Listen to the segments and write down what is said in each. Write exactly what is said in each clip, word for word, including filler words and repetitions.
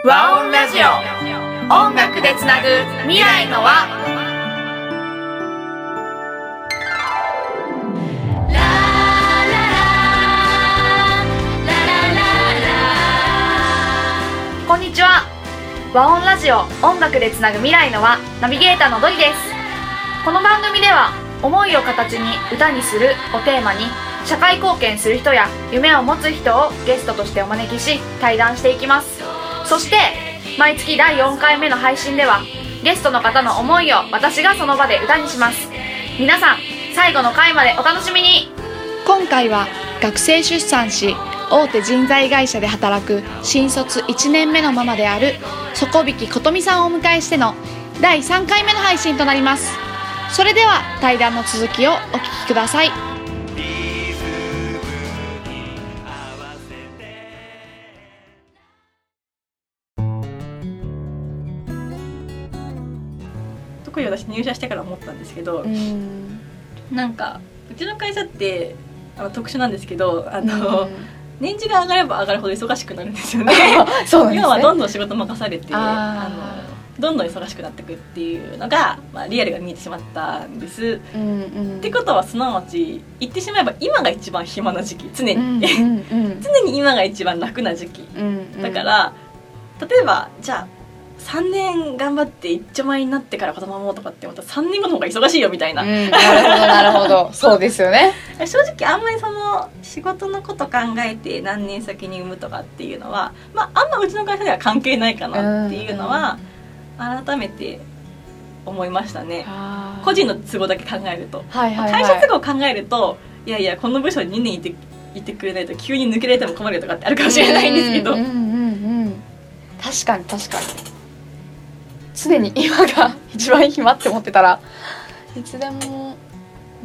和音ラジオ、音楽でつなぐ未来の輪。こんにちは。和音ラジオ、音楽でつなぐ未来の輪、ナビゲーターのドリです。この番組では思いを形に歌にするをテーマに、社会貢献する人や夢を持つ人をゲストとしてお招きし対談していきます。そして毎月だいよんかいめの配信ではゲストの方の思いを私がその場で歌にします。皆さん最後の回までお楽しみに。今回は学生出産し大手人材会社で働く新卒いちねんめのママである底引琴美さんをお迎えしてのだいさんかいめの配信となります。それでは対談の続きをお聞きください。 特に私入社してから思ったんですけど、 うん、 なんかうちの会社ってあの特殊なんですけど、あの、うん、年次が上がれば上がるほど忙しくなるんですよね。 そうなんですね。 今はどんどん仕事任されてああのどんどん忙しくなっていくっていうのが、まあ、リアルが見えてしまったんです、うんうん、ってことはすなわち言ってしまえば今が一番暇な時期、常に、うんうんうん、常に今が一番楽な時期、うんうん、だから例えばじゃあさんねん頑張って一丁前になってから子供産もうとかって思ったらさんねんごの方が忙しいよみたいな、うん、 なるほどなるほどそうですよね。 正直あんまりその仕事のこと考えて何年先に産むとかっていうのは、まあ、あんまうちの会社では関係ないかなっていうのは改めて思いましたね。個人の都合だけ考えると、はいはいはい、会社都合を考えるといやいやこの部署ににねんいて、いてくれないと急に抜けられても困るよとかってあるかもしれないんですけど、うんうんうんうん、 確かに確かに常に今が一番暇って思ってたらいつでも、うん、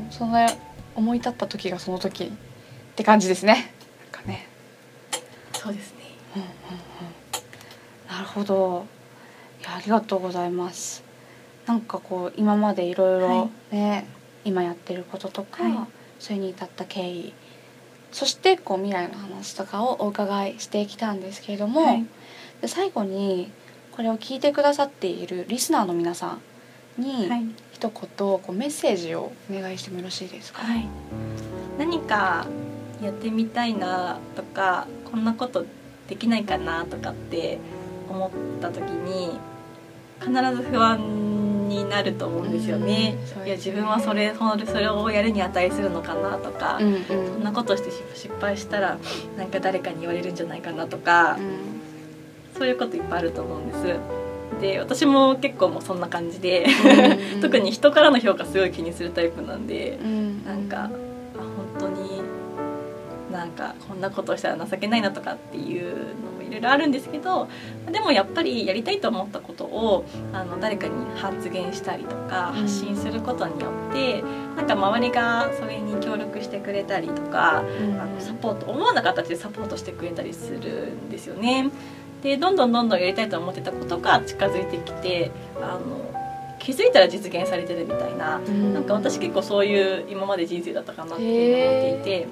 そんな思い立った時がその時って感じですね。なんかね、 そうですね、うんうんうん、なるほど。いやありがとうございます。なんかこう今までいろいろね、はい、今やってることとか、はい、それに至った経緯、そしてこう未来の話とかをお伺いしてきたんですけれども、はい、で最後にこれを聞いてくださっているリスナーの皆さんに一言こうメッセージをお願いしてもよろしいですか。 はい、何かやってみたいなとかこんなことできないかなとかって思った時に必ず不安になると思うんですよね。うん、いや自分はそれ、それ、それをやるに値するのかなとか、うんうん、こんなことして失敗したらなんか誰かに言われるんじゃないかなとか、うんそういうこといっぱいあると思うんです。で私も結構もうそんな感じで特に人からの評価すごい気にするタイプなんで、うん、なんか本当になんかこんなことをしたら情けないなとかっていうのもいろいろあるんですけど、でもやっぱりやりたいと思ったことをあの誰かに発言したりとか発信することによって、うん、なんか周りがそれに協力してくれたりとか、うん、あのサポート思わな形でサポートしてくれたりするんですよね。でどんどんどんどんやりたいと思ってたことが近づいてきてあの気づいたら実現されてるみたいな、うん、なんか私結構そういう今まで人生だったかなって思っていて、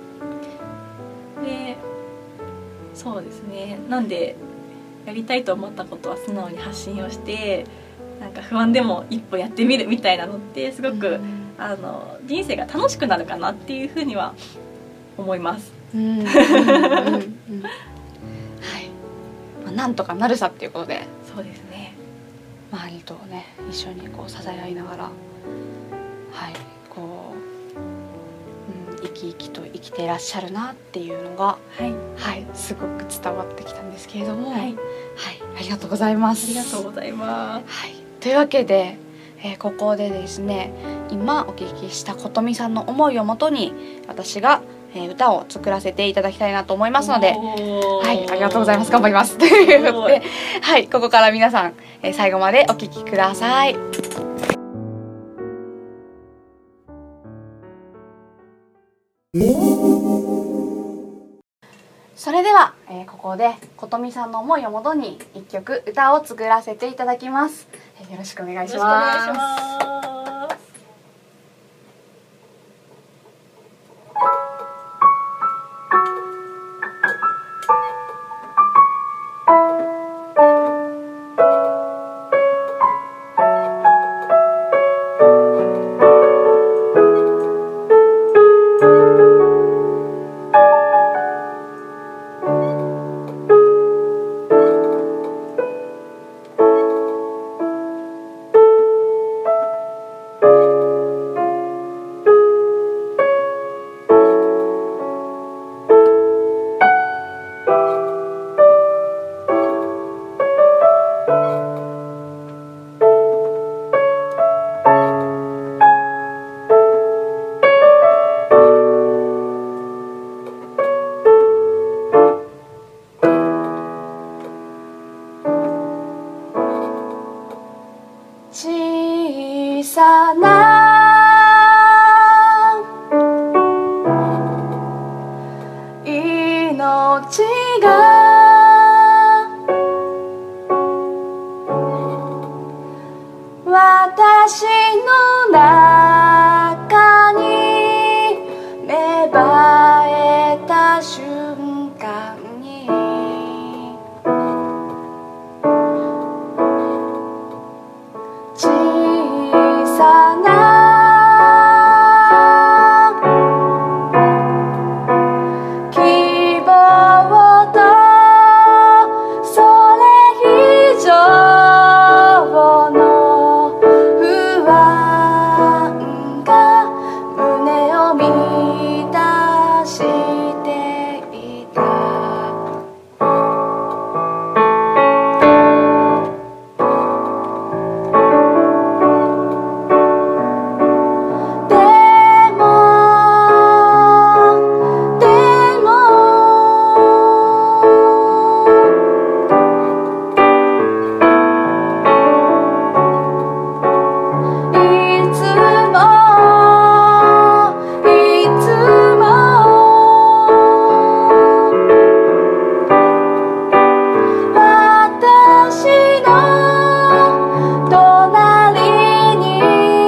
でそうですね、なんでやりたいと思ったことは素直に発信をしてなんか不安でも一歩やってみるみたいなのってすごく、うん、あの人生が楽しくなるかなっていうふうには思います。うんうんうんうんなんとかなるさっていうことで、 そうですね、 周りとね一緒にこう支え合いながら、はい、こう、うん、生き生きと生きていらっしゃるなっていうのが、はいはい、すごく伝わってきたんですけれども、はいはい、ありがとうございます。 ありがとうございます。 はい、というわけで、えー、ここでですね今お聞きした琴美さんの思いをもとに私がえー、歌を作らせていただきたいなと思いますので、はい、ありがとうございます。頑張ります。ということで、はい、ここから皆さん、えー、最後までお聞きください。それでは、えー、ここで琴美さんの思いをもとに一曲歌を作らせていただきます。えー、よろしくお願いします。よろしくお願いします。 さな命が私の中に芽生えた瞬間に小さな希望とそれ以上の不安が胸を満たしていた。でもでもいつもいつも私の隣に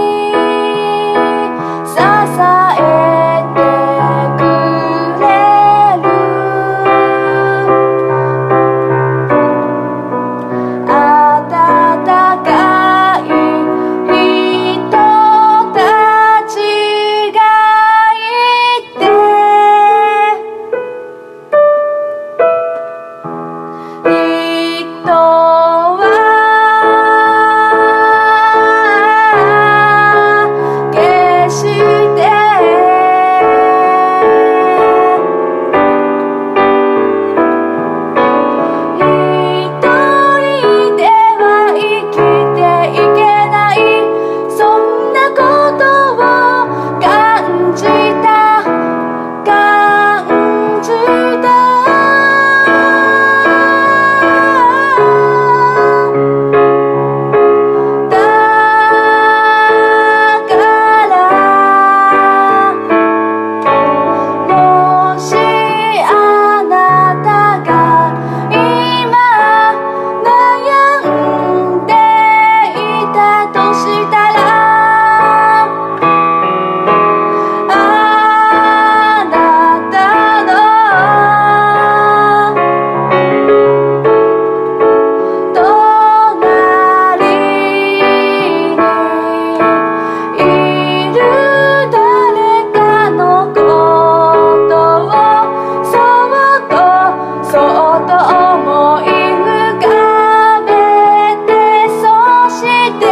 支えてくれる温かい人たちがいて人は決して一人では生きていけない、そんなことを感じた感じた。だからもしあなたが今悩んでいたとしたら、あなたの隣にいる誰かのことをそっとそっと思い浮かべて、そして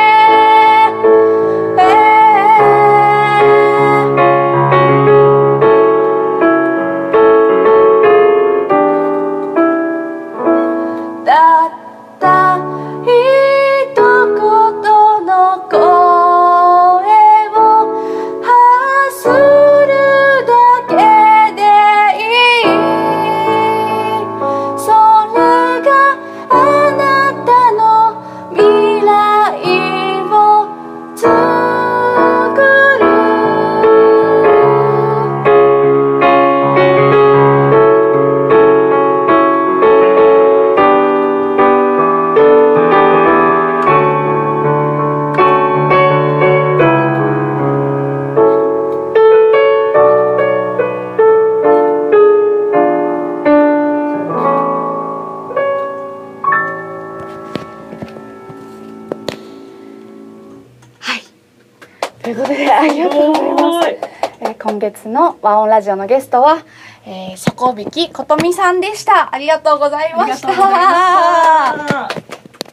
たった一言の声を発するだけでいい、それがあなたの未来を作る。ということでありがとうございます。えー今月の和音ラジオのゲストは、えー、底引きことみさんでした。ありがとうございました。 ありがとうございました。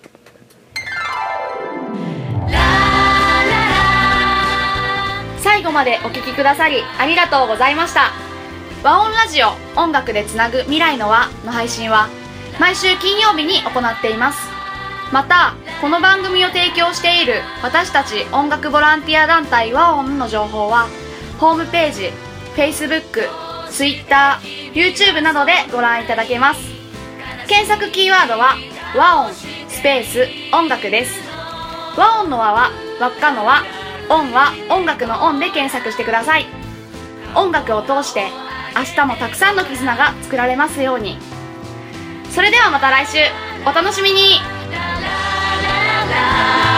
最後までお聞きくださりありがとうございました。和音ラジオ音楽でつなぐ未来の輪の配信は毎週金曜日に行っています。またこの番組を提供している私たち音楽ボランティア団体和音の情報はホームページ、Facebook、Twitter、YouTube などでご覧いただけます。検索キーワードは和音スペース音楽です。 和音の和は輪っかの和、音は音楽の音で検索してください。音楽を通して明日もたくさんの絆が作られますように。それではまた来週お楽しみに。